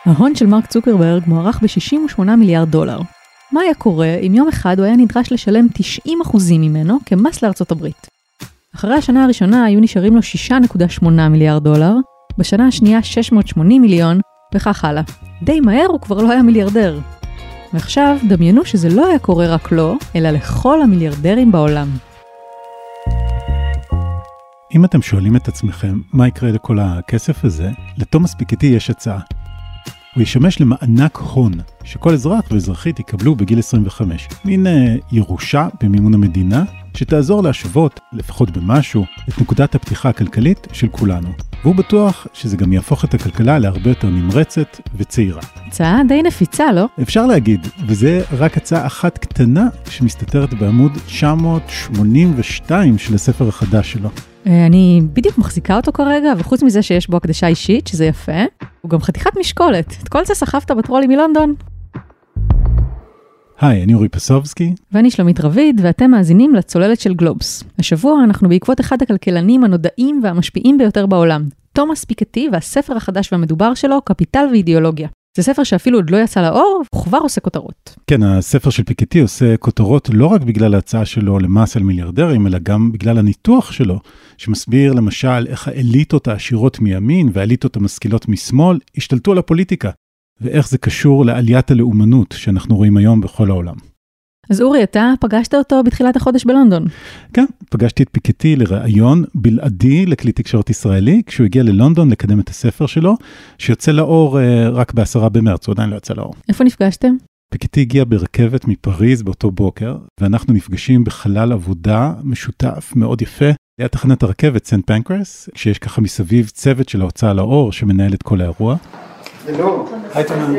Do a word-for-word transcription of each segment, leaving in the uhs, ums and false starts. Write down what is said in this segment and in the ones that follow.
ההון של מרק צוקרברג מוערך ב-שישים ושמונה מיליארד דולר. מה היה קורה אם יום אחד הוא היה נדרש לשלם תשעים אחוזים ממנו כמס לארצות הברית? אחרי השנה הראשונה היו נשארים לו שישה נקודה שמונה מיליארד דולר, בשנה השנייה שש מאות ושמונים מיליון, וכך הלאה. די מהר הוא כבר לא היה מיליארדר. ועכשיו דמיינו שזה לא היה קורה רק לו, אלא לכל המיליארדרים בעולם. אם אתם שואלים את עצמכם מה יקרה לכל הכסף הזה, לתומאס פיקטי יש הצעה. הוא ישמש למענק הון, שכל אזרח ואזרחית יקבלו בגיל עשרים וחמש. מין אה, ירושה במימון המדינה, שתעזור להשוות, לפחות במשהו, את נקודת הפתיחה הכלכלית של כולנו. והוא בטוח שזה גם יהפוך את הכלכלה להרבה יותר נמרצת וצעירה. הצעה די נפיצה, לא? אפשר להגיד, וזה רק הצעה אחת קטנה שמסתתרת בעמוד תשע מאות שמונים ושתיים של הספר החדש שלו. אני בדיוק מחזיקה אותו כרגע, וחוץ מזה שיש בו הקדשה אישית, שזה יפה, הוא גם חתיכת משקולת. את כל זה סחבת בטרולי מלונדון. היי, אני אורי פסובסקי. ואני שלומית רביד, ואתם מאזינים לצוללת של גלובס. השבוע אנחנו בעקבות אחד הכלכלנים הנודעים והמשפיעים ביותר בעולם, תומאס פיקטי והספר החדש והמדובר שלו, קפיטל ואידיאולוגיה. זה ספר שאפילו עוד לא יצא לאור, הוא כבר עושה כותרות. כן, הספר של פיקטי עושה כותרות לא רק בגלל ההצעה שלו למס על מיליארדרים, אלא גם בגלל הניתוח שלו, שמסביר למשל איך האליטות העשירות מימין והאליטות המשכילות משמאל השתלטו על הפוליטיקה, ואיך זה קשור לעליית הלאומנות שאנחנו רואים היום בכל העולם. אז אורי, אתה פגשת אותו בתחילת החודש בלונדון. כן, פגשתי את פיקטי לראיון בלעדי לכלי תקשורת ישראלי, כשהוא הגיע ללונדון לקדם את הספר שלו, שיוצא לאור רק בעשרה במרץ, הוא עדיין לא יצא לאור. איפה נפגשתם? פיקטי הגיע ברכבת מפריז באותו בוקר, ואנחנו נפגשים בחלל עבודה משותף מאוד יפה, ליד תחנת הרכבת סנט פנקרס, כשיש ככה מסביב צוות של ההוצאה לאור שמנהל את כל האירוע. Hello. Hi, Tom.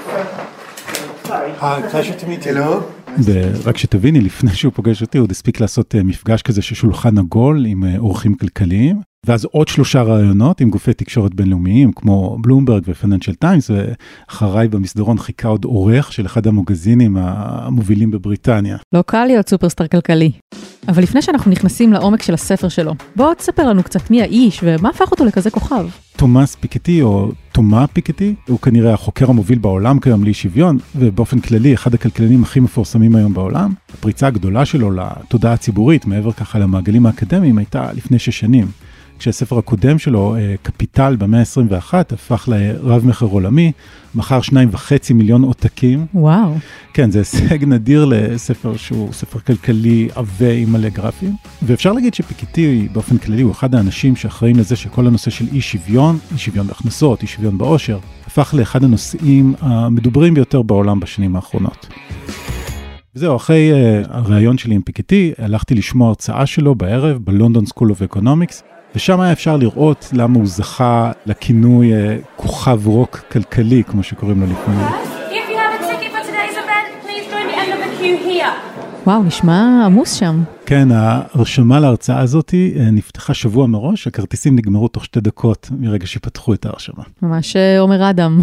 Hi, pleasure to meet you. Hello. רק שתביני, לפני שהוא פוגש אותי, הוא הספיק לעשות מפגש כזה של שולחן עגול עם אורחים כלכליים, ואז עוד שלושה רעיונות עם גופי תקשורת בינלאומיים, כמו בלומברג ופיננשל טיימס, ואחריי במסדרון חיכה עוד עורך של אחד המגזינים המובילים בבריטניה. לא קל להיות סופרסטאר כלכלי. אבל לפני שאנחנו נכנסים לעומק של הספר שלו, בוא תספר לנו קצת מי האיש ומה הפך אותו לכזה כוכב. תומאס פיקטי או תומה פיקטי, הוא כנראה החוקר המוביל בעולם כיום לאי שוויון, ובאופן כללי אחד הכלכלנים הכי מפורסמים היום בעולם. הפריצה הגדולה שלו לתודעה הציבורית, מעבר ככה למעגלים האקדמיים, הייתה לפני שש שנים. כשהספר הקודם שלו, קפיטל במאה ה-עשרים ואחת, הפך לרב מחר עולמי, מחר שניים וחצי מיליון עותקים. וואו. כן, זה הישג נדיר לספר שהוא ספר כלכלי עבה עם מלא גרפים. ואפשר להגיד שפיקטי באופן כללי הוא אחד האנשים שאחראים לזה שכל הנושא של אי שוויון, אי שוויון בהכנסות, אי שוויון בעושר, הפך לאחד הנושאים המדוברים ביותר בעולם בשנים האחרונות. וזהו, אחרי uh, הרעיון שלי עם פיקטי, הלכתי לשמוע הרצאה שלו בערב בלונדון סקול אוף אקונומיקס, ושם היה אפשר לראות למה הוא זכה לכינוי uh, כוכב רוק כלכלי, כמו שקוראים לו לפעמים. וואו, נשמע עמוס שם. כן, הרשמה להרצאה הזאת נפתחה שבוע מראש, הכרטיסים נגמרו תוך שתי דקות מרגע שפתחו את ההרשמה. ממש עומר אדם.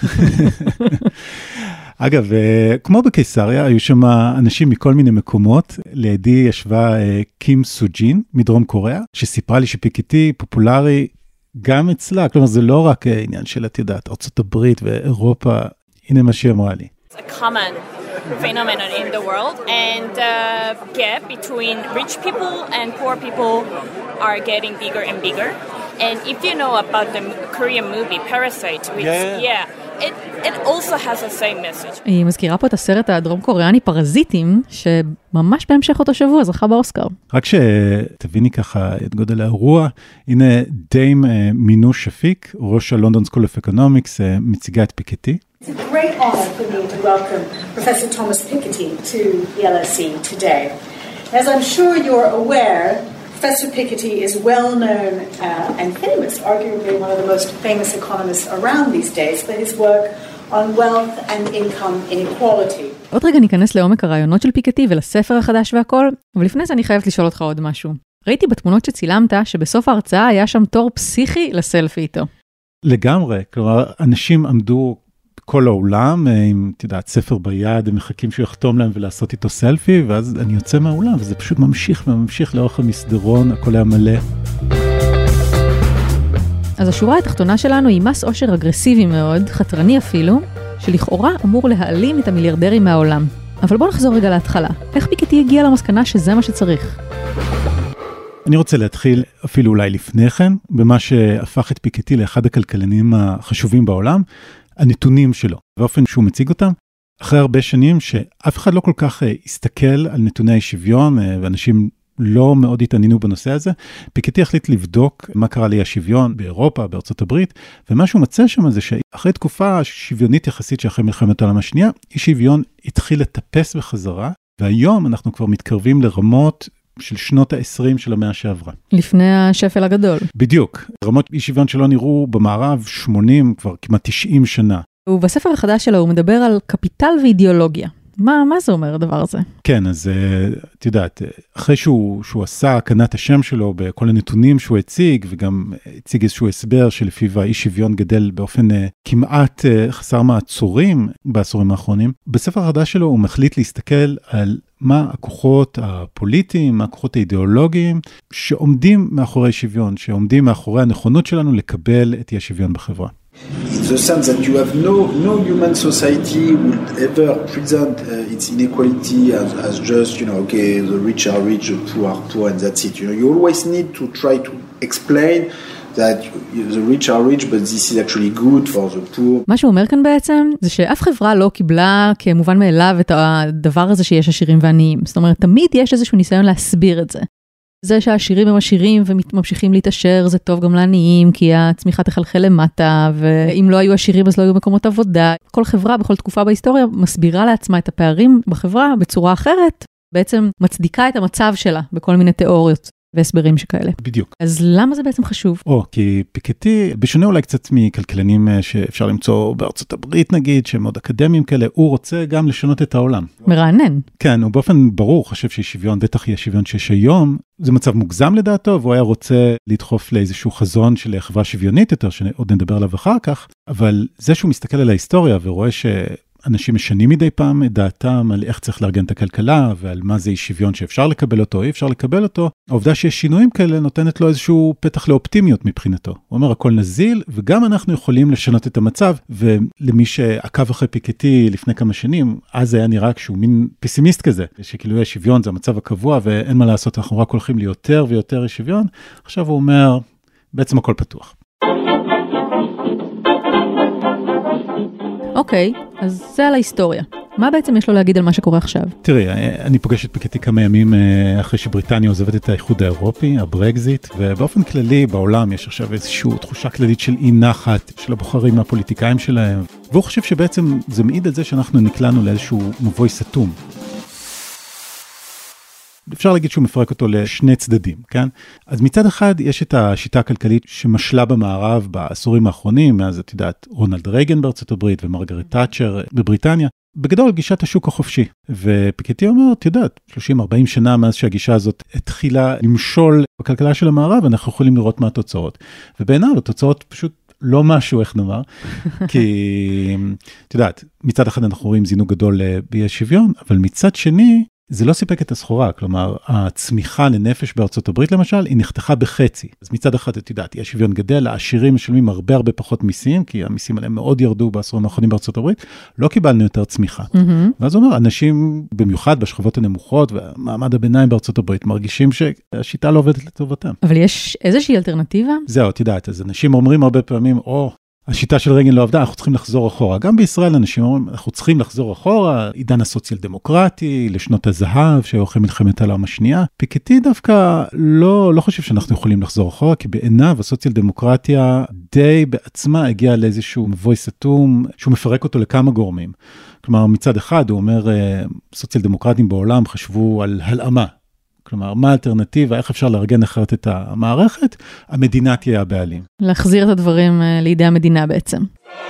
אגב, כמו בקיסריה, היו שם אנשים מכל מיני מקומות. לידי ישבה קים סוג'ין מדרום קוריאה, שסיפרה לי שפיקטי פופולרי גם אצלה. כלומר, זה לא רק עניין של, את יודעת, ארצות הברית ואירופה. הנה מה שהיא אמרה לי. It's a common phenomenon in the world, and the gap between rich people and poor people are getting bigger and bigger. And if you know about the Korean movie Parasite, which, yeah, yeah it, it also has the same message. היא מזכירה פה את הסרט הדרום קוריאני פרזיטים, שממש בהמשך אותו שבוע זכה באוסקר. רק שתביני ככה את גודל האירוע, הנה דיים מינו שפיק, ראש הלונדון סקול אוף אקונומיקס, מציגה את פיקטי. It's a great honor for me to welcome Professor Thomas Piketty to the L S E today. As I'm sure you're aware, Professor Piketty is well known uh, and famous, arguably one of the most famous economists around these days, for his work on wealth and income inequality. עוד רגע ניכנס לעומק הרעיונות של פיקטי ולספר החדש והכל, אבל לפני זה אני חייבת לשאול אותך עוד משהו. ראיתי בתמונות שצילמת שבסוף ההרצאה היה שם תור פסיכי לסלפי איתו. לגמרי, כלומר, אנשים עמדו כל העולם, עם, תדעת, ספר ביד, הם מחכים שהוא יחתום להם ולעשות איתו סלפי, ואז אני יוצא מהעולם, וזה פשוט ממשיך וממשיך לאורך המסדרון, הכל היה מלא. אז השורה התחתונה שלנו היא מס עושר אגרסיבי מאוד, חתרני אפילו, שלכאורה אמור להעלים את המיליארדרים מהעולם. אבל בואו נחזור רגע להתחלה. איך פיקטי הגיע למסקנה שזה מה שצריך? אני רוצה להתחיל אפילו אולי לפני כן, במה שהפך את פיקטי לאחד הכלכלנים החשובים בעולם, הנתונים שלו, באופן שהוא מציג אותם, אחרי הרבה שנים שאף אחד לא כל כך הסתכל על נתוני השוויון, ואנשים לא מאוד התעניינו בנושא הזה, פיקטי החליט לבדוק מה קרה לי השוויון באירופה, בארצות הברית, ומה שהוא מצא שם זה שאחרי תקופה שוויונית יחסית שאחרי מלחמת העולם השנייה, אי שוויון התחיל לטפס בחזרה, והיום אנחנו כבר מתקרבים לרמות של שנות ה-עשרים של המאה שעברה. לפני השפל הגדול. בדיוק. רמות אי שוויון שלא נראו במערב שמונים, כבר כמעט תשעים שנה. ובספר החדש שלו הוא מדבר על קפיטל ואידיאולוגיה. מה, מה זה אומר הדבר הזה? כן, אז את יודעת, אחרי שהוא, שהוא עשה קנת השם שלו בכל הנתונים שהוא הציג, וגם הציג איזשהו הסבר שלפיו האי שוויון גדל באופן כמעט חסר מעצורים בעשורים האחרונים, בספר החדש שלו הוא מחליט להסתכל על מה הכוחות הפוליטיים, מה הכוחות האידיאולוגיים שעומדים מאחורי שוויון, שעומדים מאחורי הנכונות שלנו לקבל את אי השוויון בחברה. In the sense that you have no no human society would ever present uh, its inequality as, as just, you know, okay, the rich are rich, the poor are poor, and that's it. You know, you always need to try to explain that the rich are rich, but this is actually good for the poor. מה שהוא אומר כאן בעצם, זה שאף חברה לא קיבלה כמובן מאליו את הדבר הזה שיש עשירים ועניים. זאת אומרת, תמיד יש איזשהו ניסיון להסביר את זה. זה שהעשירים הם עשירים וממשיכים להתעשר, זה טוב גם לעניים, כי הצמיחה תחלחל למטה, ואם לא היו עשירים אז לא היו מקומות עבודה. כל חברה בכל תקופה בהיסטוריה מסבירה לעצמה את הפערים בחברה בצורה אחרת, בעצם מצדיקה את המצב שלה בכל מיני תיאוריות והסברים שכאלה. בדיוק. אז למה זה בעצם חשוב? או, כי פיקטי, בשונה אולי קצת מכלכלנים שאפשר למצוא בארצות הברית נגיד, שהם מאוד אקדמיים כאלה, הוא רוצה גם לשנות את העולם. מרענן. כן, הוא באופן ברור חושב ששוויון, בטח יהיה שוויון שיש היום, זה מצב מוגזם לדעתו, והוא היה רוצה לדחוף לאיזשהו חזון של חברה שוויונית יותר, שעוד נדבר עליו אחר כך, אבל זה שהוא מסתכל על ההיסטוריה ורואה ש... אנשים משנים מדי פעם את דעתם על איך צריך לארגן את הכלכלה, ועל מה זה אי שוויון שאפשר לקבל אותו, אי אפשר לקבל אותו. העובדה שיש שינויים כאלה נותנת לו איזשהו פתח לאופטימיות מבחינתו. הוא אומר, הכל נזיל, וגם אנחנו יכולים לשנות את המצב, ולמי שעקב אחרי פיקטי לפני כמה שנים, אז היה נראה שהוא מין פסימיסט כזה, שכאילו יש שוויון, זה המצב הקבוע, ואין מה לעשות, אנחנו רק הולכים ליותר ויותר שוויון. עכשיו הוא אומר, בעצם הכל פתוח. אוקיי, אז זה על ההיסטוריה. מה בעצם יש לו להגיד על מה שקורה עכשיו? תראי, אני פוגש את פיקטי כמה ימים אחרי שבריטניה עוזבת את האיחוד האירופי, הברקזיט, ובאופן כללי בעולם יש עכשיו איזושהי תחושה כללית של אי נחת של הבוחרים מהפוליטיקאים שלהם, והוא חושב שבעצם זה מעיד על זה שאנחנו נקלענו לאיזשהו מבוי סתום. אפשר להגיד שהוא מפרק אותו לשני צדדים, כן? אז מצד אחד יש את השיטה הכלכלית שמשלה במערב בעשורים האחרונים, מאז את יודעת רונלד רייגן בארצות הברית ומרגרט תאצ'ר בבריטניה, בגדול גישת השוק החופשי. ופיקטי אומר, את יודעת, שלושים ארבעים שנה מאז שהגישה הזאת התחילה למשול בכלכלה של המערב, אנחנו יכולים לראות מה התוצאות. ובעיניו התוצאות פשוט לא משהו, איך נאמר, כי את יודעת, מצד אחד אנחנו רואים זינוק גדול באי שוויון, אבל מצד שני, זה לא סיפק את הסחורה, כלומר, הצמיחה לנפש בארצות הברית למשל, היא נחתכה בחצי. אז מצד אחד, את יודעת, יש שוויון גדל, העשירים משלמים הרבה הרבה פחות מיסים, כי המיסים עליהם מאוד ירדו בעשורים האחרונים בארצות הברית, לא קיבלנו יותר צמיחה. Mm-hmm. ואז הוא אומר, אנשים, במיוחד בשכבות הנמוכות, והמעמד הביניים בארצות הברית, מרגישים שהשיטה לא עובדת לטובתם. אבל יש איזושהי אלטרנטיבה? זהו, את יודעת, אז אנשים אומרים הרבה פעמים, או, השיטה של רייגן לא עבדה, אנחנו צריכים לחזור אחורה. גם בישראל אנשים אומרים, אנחנו צריכים לחזור אחורה, עידן הסוציאל דמוקרטי, לשנות הזהב, שהיו אחרי מלחמת העולם השנייה. פיקטי דווקא לא, לא חושב שאנחנו יכולים לחזור אחורה, כי בעיניו הסוציאל דמוקרטיה די בעצמה הגיעה לאיזשהו מבוי סתום, שהוא מפרק אותו לכמה גורמים. כלומר, מצד אחד הוא אומר, סוציאל דמוקרטים בעולם חשבו על הלאמה. כלומר, מה האלטרנטיבה, איך אפשר לארגן אחרת את המערכת? המדינה תהיה הבעלים. להחזיר את הדברים לידי המדינה בעצם.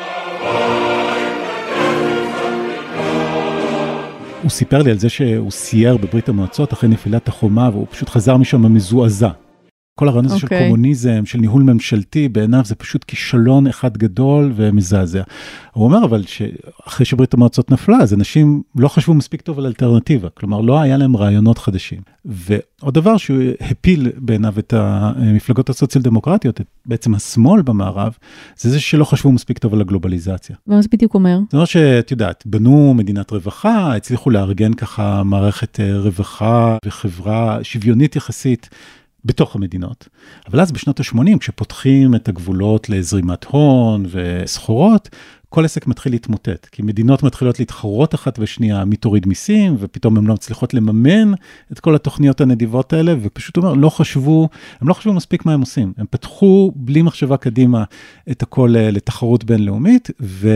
הוא סיפר לי על זה שהוא סייר בברית המועצות אחרי נפילת החומה, והוא פשוט חזר משם מזועזע. כל הרעיון הזה okay. של קומוניזם, של ניהול ממשלתי, בעיניו זה פשוט כישלון אחד גדול ומזעזע. הוא אומר אבל שאחרי שברית המועצות נפלה, אז אנשים לא חשבו מספיק טוב על אלטרנטיבה, כלומר לא היה להם רעיונות חדשים. ועוד דבר שהוא הפיל בעיניו את המפלגות הסוציאל דמוקרטיות, בעצם השמאל במערב, זה זה שלא חשבו מספיק טוב על הגלובליזציה. ומה זה בדיוק אומר? זאת אומרת שאת יודעת, בנו מדינת רווחה, הצליחו לארגן ככה מערכת רווחה וחברה שוויונית יחסית, בתוך המדינות. אבל אז בשנות ה-שמונים, כשפותחים את הגבולות לזרימת הון וסחורות, כל עסק מתחיל להתמוטט, כי מדינות מתחילות להתחרות אחת ושנייה, מי תוריד מיסים, ופתאום הן לא מצליחות לממן את כל התוכניות הנדיבות האלה, ופשוט אומר, לא חשבו, הם לא חשבו מספיק מה הם עושים. הם פתחו בלי מחשבה קדימה את הכל לתחרות בינלאומית,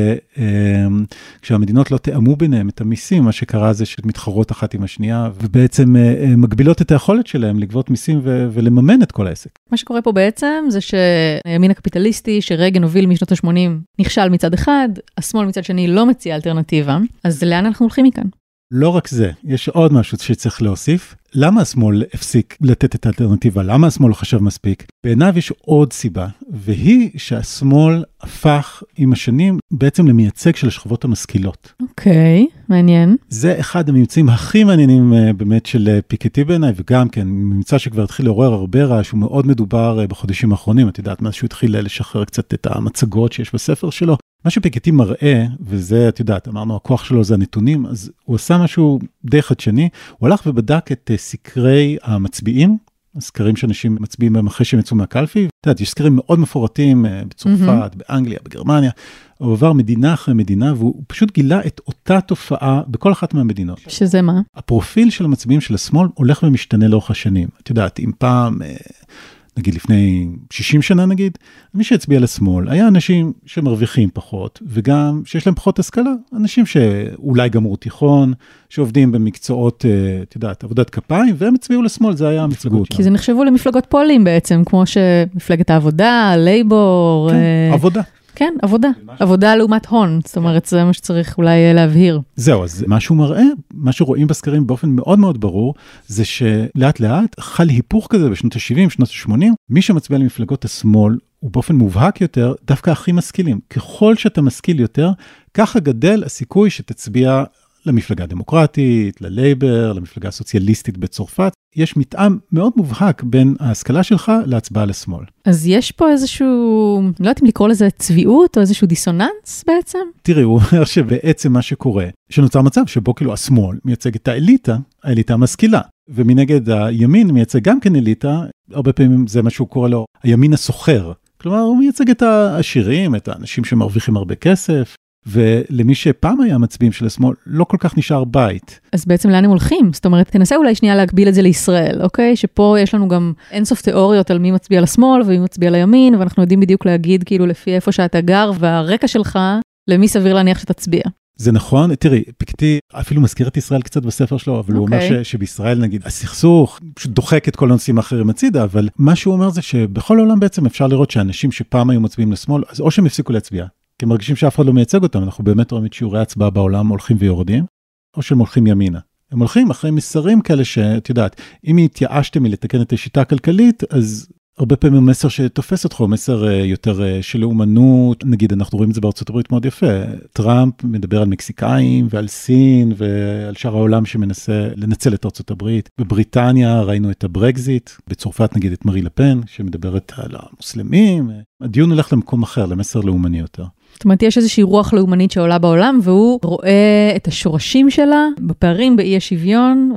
וכשהמדינות לא תאמו ביניהם את המיסים, מה שקרה זה שמתחרות אחת עם השנייה, ובעצם מגבילות את היכולת שלהם לגבות מיסים ולממן את כל העסק. מה שקורה פה בעצם זה שהימין הקפיטליסטי, שרגן הוביל משנות ה-שמונים, נכשל מצד אחד, השמאל מצד שני לא מציע אלטרנטיבה, אז לאן אנחנו הולכים מכאן? לא רק זה, יש עוד משהו שצריך להוסיף. למה השמאל הפסיק לתת את האלטרנטיבה? למה השמאל לא חשב מספיק? בעיניו יש עוד סיבה, והיא שהשמאל הפך עם השנים בעצם למייצג של השכבות המשכילות. אוקיי, מעניין. זה אחד הממצאים הכי מעניינים באמת של פיקטי בעיניי, וגם כן, ממצא שכבר התחיל לעורר הרבה רעש, הוא מאוד מדובר בחודשים האחרונים, את יודעת, מאז שהוא התחיל לשחרר קצת את המצגות שיש בספר שלו. מה שפיקטי מראה, וזה, את יודעת, אמרנו, הכוח שלו זה הנתונים, אז הוא עשה משהו די חדשני, הוא הלך ובדק את סקרי המצביעים, הסקרים שאנשים מצביעים בהם אחרי שהם יצאו מהקלפי, את יודעת, יש סקרים מאוד מפורטים בצרפת, mm-hmm. באנגליה, בגרמניה, הוא עבר מדינה אחרי מדינה, והוא פשוט גילה את אותה תופעה בכל אחת מהמדינות. שזה מה? הפרופיל של המצביעים של השמאל הולך ומשתנה לאורך השנים. את יודעת, אם פעם... נגיד לפני שישים שנה נגיד, מי שהצביע לשמאל, היה אנשים שמרוויחים פחות, וגם שיש להם פחות השכלה, אנשים שאולי גמרו תיכון, שעובדים במקצועות, את יודעת, עבודת כפיים, והם הצביעו לשמאל, זה היה המפלגות. כי זה נחשבו למפלגות פועלים בעצם, כמו שמפלגת העבודה, לייבור. כן, עבודה. כן, עבודה. עבודה לעומת הון, זאת אומרת, זה מה שצריך אולי להבהיר. זהו, אז מה שהוא מראה, מה שרואים בסקרים באופן מאוד מאוד ברור, זה שלאט לאט חל היפוך כזה בשנות ה-שבעים, שנות ה-שמונים, מי שמצביע למפלגות השמאל, הוא באופן מובהק יותר, דווקא הכי משכילים. ככל שאתה משכיל יותר, ככה גדל הסיכוי שתצביע למפלגה הדמוקרטית, ללייבר, למפלגה הסוציאליסטית בצרפת. יש מתאם מאוד מובהק בין ההשכלה שלך להצבעה לשמאל. אז יש פה איזשהו, לא יודעת אם לקרוא לזה צביעות או איזשהו דיסוננס בעצם? תראי, הוא אומר שבעצם מה שקורה, שנוצר מצב שבו כאילו השמאל מייצג את האליטה, האליטה המשכילה, ומנגד הימין מייצג גם כן אליטה, הרבה פעמים זה מה שהוא קורא לו, הימין הסוחר. כלומר, הוא מייצג את העשירים, את האנשים שמרוויחים הרבה כסף, ולמי שפעם היה מצביעים של השמאל, לא כל כך נשאר בית. אז בעצם לאן הם הולכים? זאת אומרת, תנסה אולי שנייה להגביל את זה לישראל, אוקיי? שפה יש לנו גם אינסוף תיאוריות על מי מצביע לשמאל ומי מצביע לימין, ואנחנו יודעים בדיוק להגיד כאילו לפי איפה שאתה גר, והרקע שלך, למי סביר להניח שתצביע. זה נכון, תראי, פיקטי אפילו מזכיר את ישראל קצת בספר שלו, אבל okay. הוא אומר ש, שבישראל נגיד, הסכסוך פשוט דוחק את כל הנושאים האחרים הצידה, אבל מה שהוא אומר זה שבכל העולם בעצם אפשר לראות שאנשים שפעם היו מצביעים לשמאל, אז או שהם הפסיקו להצביע, כי הם מרגישים שאף אחד לא מייצג אותם, אנחנו באמת רואים את שיעורי ההצבעה בעולם הולכים ויורדים, או שהם הולכים ימינה. הם הולכים אחרי מסרים כאלה שאת יודעת, אם התייאשתם מלתקן את השיטה הכלכלית, אז הרבה פעמים מסר שתופס אותך, הוא מסר יותר של לאומנות, נגיד אנחנו רואים את זה בארצות הברית מאוד יפה, טראמפ מדבר על מקסיקאים ועל סין ועל שאר העולם שמנסה לנצל את ארצות הברית, בבריטניה ראינו את הברקזיט, בצרפת נגיד את מרי לפן שמדברת על המוסלמים, הדיון הולך למקום אחר, למסר לאומני יותר. זאת אומרת, יש איזושהי רוח לאומנית שעולה בעולם, והוא רואה את השורשים שלה בפערים, באי השוויון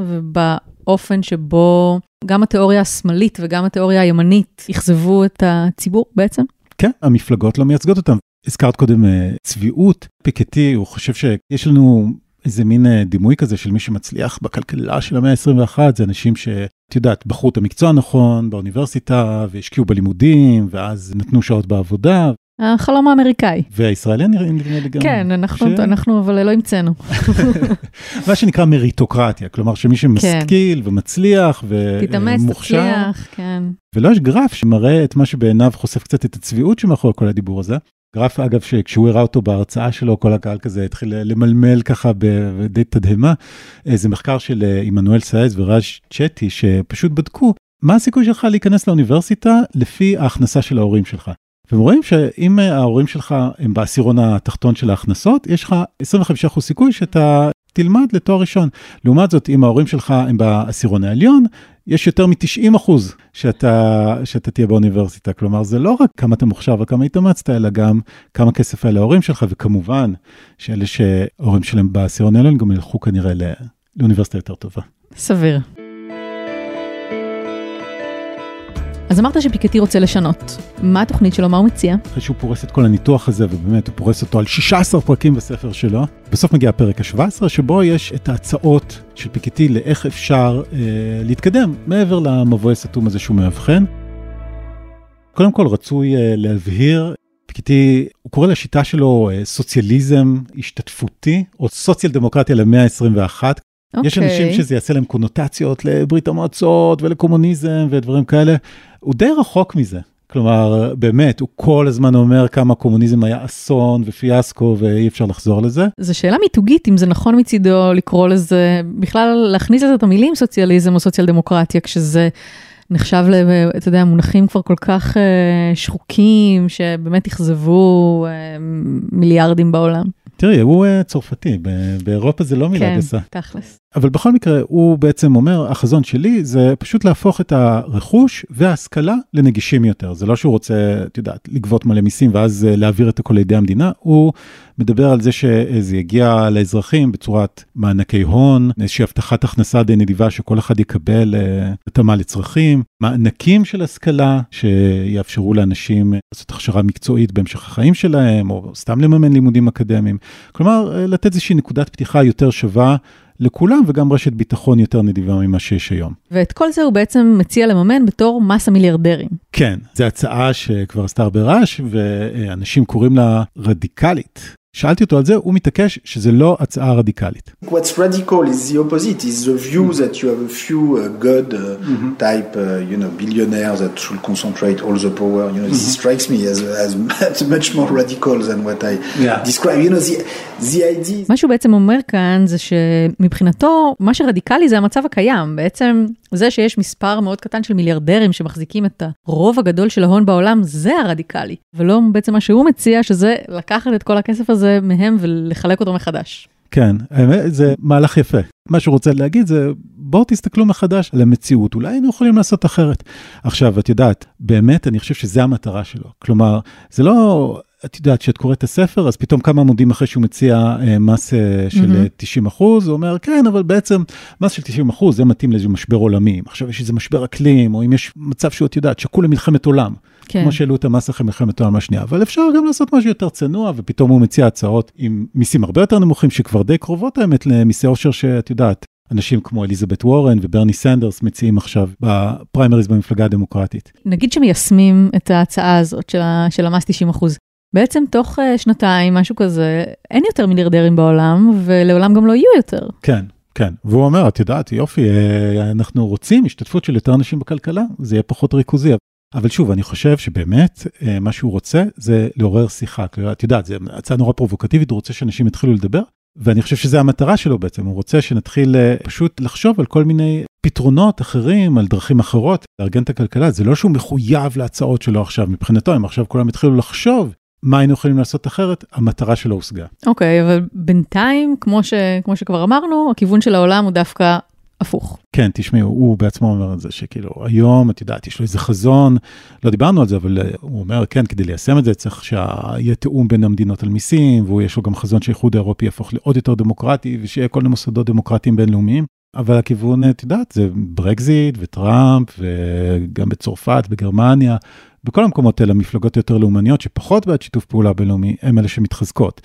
ובאופן שבו גם התיאוריה השמאלית וגם התיאוריה הימנית יחזבו את הציבור בעצם. כן, המפלגות לא מייצגות אותם. הזכרת קודם צביעות, פיקטי, הוא חושב שיש לנו איזה מין דימוי כזה של מי שמצליח בכלכלה של המאה ה-עשרים ואחת, זה אנשים שאת יודעת, בחרו את המקצוע הנכון באוניברסיטה, והשקיעו בלימודים, ואז נתנו שעות בעבודה. החלום האמריקאי. והישראלי נראה לי גם. כן, אנחנו, ש... אנחנו אבל לא המצאנו. מה שנקרא מריטוקרטיה, כלומר שמי שמשכיל כן. ומצליח ומוכשר. תתאמץ, תצליח, כן. ולא יש גרף שמראה את מה שבעיניו חושף קצת את הצביעות שמאחורי כל הדיבור הזה. גרף אגב שכשהוא הראה אותו בהרצאה שלו, כל הקהל כזה התחיל למלמל ככה בדי תדהמה. זה מחקר של עמנואל סייז וראז' צ'טי שפשוט בדקו מה הסיכוי שלך להיכנס לאוניברסיטה לפי ההכנסה של ההורים שלך? והם רואים שאם ההורים שלך הם בעשירון התחתון של ההכנסות, יש לך עשרים וחמישה אחוז סיכוי שאתה תלמד לתואר ראשון. לעומת זאת, אם ההורים שלך הם בעשירון העליון, יש יותר מ-תשעים אחוז שאתה, שאתה תהיה באוניברסיטה. כלומר, זה לא רק כמה אתה מוכשר וכמה התאמצת, אלא גם כמה כסף היה להורים שלך, וכמובן, שאלה שההורים שלהם בעשירון העליון, גם ילכו כנראה לאוניברסיטה יותר טובה. סביר. אז אמרת שפיקטי רוצה לשנות. מה התוכנית שלו? מה הוא מציע? אחרי שהוא פורס את כל הניתוח הזה, ובאמת הוא פורס אותו על שישה עשר פרקים בספר שלו, בסוף מגיע הפרק ה-שבע עשרה, שבו יש את ההצעות של פיקטי לאיך אפשר אה, להתקדם, מעבר למבוי הסתום הזה שהוא מאבחן. קודם כל רצוי אה, להבהיר, פיקטי, הוא קורא לשיטה שלו אה, סוציאליזם השתתפותי, או סוציאל דמוקרטיה למאה ה-עשרים ואחת, Okay. יש אנשים שזה יעשה להם קונוטציות לברית המועצות ולקומוניזם ודברים כאלה. הוא די רחוק מזה. כלומר, באמת, הוא כל הזמן אומר כמה קומוניזם היה אסון ופיאסקו ואי אפשר לחזור לזה. זו שאלה מיתוגית, אם זה נכון מצידו לקרוא לזה, בכלל להכניס לזה את המילים סוציאליזם או סוציאל דמוקרטיה, כשזה נחשב, אתה יודע, מונחים כבר כל כך שחוקים, שבאמת יחזבו מיליארדים בעולם. תראי, הוא צרפתי, באירופה זה לא מילה גסה. כן, תכלס. אבל בכל מקרה, הוא בעצם אומר, החזון שלי זה פשוט להפוך את הרכוש וההשכלה לנגישים יותר. זה לא שהוא רוצה, את יודעת, לגבות מלא מיסים ואז להעביר את הכל לידי המדינה. הוא מדבר על זה שזה יגיע לאזרחים בצורת מענקי הון, איזושהי הבטחת הכנסה די נדיבה שכל אחד יקבל התאמה לצרכים, מענקים של השכלה שיאפשרו לאנשים לעשות הכשרה מקצועית בהמשך החיים שלהם, או סתם לממן לימודים אקדמיים. כלומר, לתת איזושהי נקודת פתיחה יותר שווה לכולם, וגם רשת ביטחון יותר נדיבה ממה שיש היום. ואת כל זה הוא בעצם מציע לממן בתור מס המיליארדרים. כן, זו הצעה שכבר עשתה הרבה רעש, ואנשים קוראים לה רדיקלית. שאלתי אותו על זה, הוא מתעקש שזה לא הצעה רדיקלית. What's radical is the opposite, is the view that you have a few uh, god uh, mm-hmm. type, uh, you know, billionaires that should concentrate all the power. You know, mm-hmm. this strikes me as, as much more radical than what I yeah. describe. You know, the, the idea... מה שהוא בעצם אומר כאן זה שמבחינתו, מה שרדיקלי זה המצב הקיים. בעצם זה שיש מספר מאוד קטן של מיליארדרים שמחזיקים את הרוב הגדול של ההון בעולם, זה הרדיקלי. ולא בעצם מה שהוא מציע, שזה לקחת את כל הכסף הזה מהם ולחלק אותו מחדש. כן, זה מהלך יפה. מה שהוא רוצה להגיד זה, בואו תסתכלו מחדש על המציאות, אולי היינו יכולים לעשות אחרת. עכשיו, את יודעת, באמת אני חושב שזה המטרה שלו. כלומר, זה לא, את יודעת, שאת קוראת את הספר, אז פתאום כמה עמודים אחרי שהוא מציע אה, מס אה, של mm-hmm. תשעים אחוז, הוא אומר, כן, אבל בעצם מס של תשעים אחוז, זה מתאים לאיזה משבר עולמי. עכשיו יש איזה משבר אקלים, או אם יש מצב שהוא, את יודעת, שקול למלחמת עולם. כן. כמו שהעלו את המס אחרי מלחמת העולם השנייה. אבל אפשר גם לעשות משהו יותר צנוע, ופתאום הוא מציע הצעות עם מיסים הרבה יותר נמוכים, שכבר די קרובות האמת למיסי עושר שאת יודעת, אנשים כמו אליזבת וורן וברני סנדרס מציעים עכשיו בפריימריז במפלגה הדמוקרטית. נגיד שמיישמים את ההצעה הזאת של, של המס תשעים אחוז. בעצם תוך שנתיים, משהו כזה, אין יותר מיליארדרים בעולם, ולעולם גם לא יהיו יותר. כן, כן. והוא אומר, את יודעת, יופי, אנחנו רוצים השתתפות של יותר אנשים בכלכלה, זה יהיה פחות ריכוזי. אבל שוב, אני חושב שבאמת מה שהוא רוצה זה לעורר שיחה. את יודעת, זו הצעה נורא פרובוקטיבית, הוא רוצה שאנשים יתחילו לדבר, ואני חושב שזה המטרה שלו בעצם. הוא רוצה שנתחיל פשוט לחשוב על כל מיני פתרונות אחרים, על דרכים אחרות, לארגן את הכלכלה. זה לא שהוא מחויב להצעות שלו עכשיו, מבחינתו, אם עכשיו כולם התחילו לחשוב מה היינו יכולים לעשות אחרת, המטרה שלו הושגה. אוקיי, אבל בינתיים, כמו ש, כמו שכבר אמרנו, הכיוון של העולם הוא דווקא הפוך. כן, תשמעו, הוא בעצמו אומר את זה, שכאילו, היום, את יודעת, יש לו איזה חזון, לא דיברנו על זה, אבל הוא אומר, כן, כדי ליישם את זה, צריך שיהיה תאום בין המדינות על מיסים, והוא יש לו גם חזון שהאיחוד האירופי יהפוך לעוד יותר דמוקרטי, ושיהיה כל מיני מוסדות דמוקרטיים בינלאומיים, אבל הכיוון, את יודעת, זה ברקזיט וטראמפ, וגם בצרפת, בגרמניה, בכל המקומות האלה, המפלגות יותר לאומניות, שפחות בעד שיתוף פעולה בינלאומי, הם אלה שמתחזקות.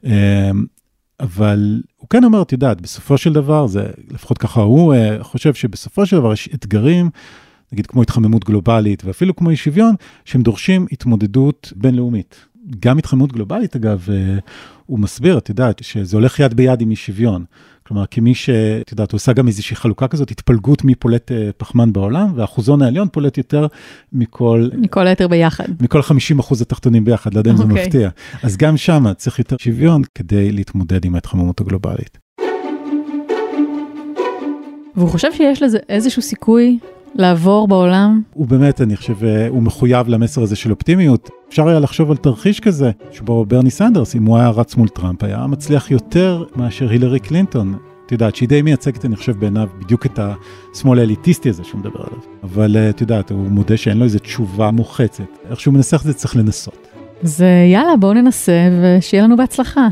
אבל הוא כן אומר, את יודעת, בסופו של דבר, זה, לפחות ככה הוא חושב שבסופו של דבר יש אתגרים, נגיד כמו התחממות גלובלית, ואפילו כמו אי שוויון, שהם דורשים התמודדות בינלאומית. גם התחממות גלובלית, אגב, הוא מסביר, את יודעת, שזה הולך יד ביד עם אי שוויון. כלומר, כמי שאת יודעת, הוא עושה גם איזושהי חלוקה כזאת, התפלגות מפולט פחמן בעולם, והאחוזון העליון פולט יותר מכל... מכל היתר ביחד. מכל חמישים אחוז התחתונים ביחד, לא יודע אם זה מפתיע. אז גם שם צריך יותר שוויון כדי להתמודד עם ההתחממות הגלובלית. והוא חושב שיש לזה איזשהו סיכוי לעבור בעולם. הוא באמת, אני חושב, הוא מחויב למסר הזה של אופטימיות. אפשר היה לחשוב על תרחיש כזה, שבו ברני סנדרס, אם הוא היה רץ מול טראמפ, היה מצליח יותר מאשר הילרי קלינטון. את יודעת, שהיא די מייצגת, אני חושב, בעיניו בדיוק את השמאל האליטיסטי הזה שהוא מדבר עליו. אבל את יודעת, הוא מודה שאין לו איזו תשובה מוחצת. איך שהוא מנסח את זה, צריך לנסות. אז יאללה, בואו ננסה ושיהיה לנו בהצלחה.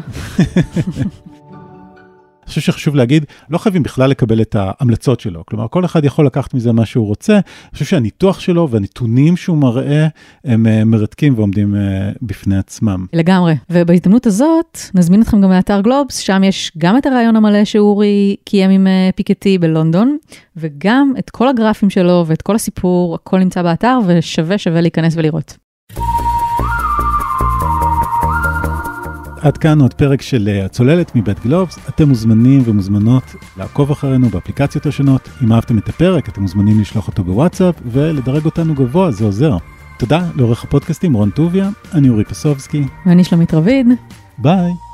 אני חושב שחשוב להגיד, לא חייבים בכלל לקבל את ההמלצות שלו. כלומר, כל אחד יכול לקחת מזה מה שהוא רוצה. אני חושב שהניתוח שלו והנתונים שהוא מראה, הם מרתקים ועומדים בפני עצמם. לגמרי. ובהזדמנות הזאת, נזמין אתכם גם לאתר גלובס, שם יש גם את הרעיון המלא שאורי קיים עם פיקטי בלונדון, וגם את כל הגרפים שלו ואת כל הסיפור, הכל נמצא באתר, ושווה שווה להיכנס ולראות. עד כאן עוד פרק של הצוללת מבית גלובס. אתם מוזמנים ומוזמנות לעקוב אחרינו באפליקציות השונות. אם אהבתם את הפרק, אתם מוזמנים לשלוח אותו בוואטסאפ ולדרג אותנו גבוה, זה עוזר. תודה לעורך הפודקאסטים רון טוביה, אני אורי פסובסקי. ואני שלומית רביד. ביי.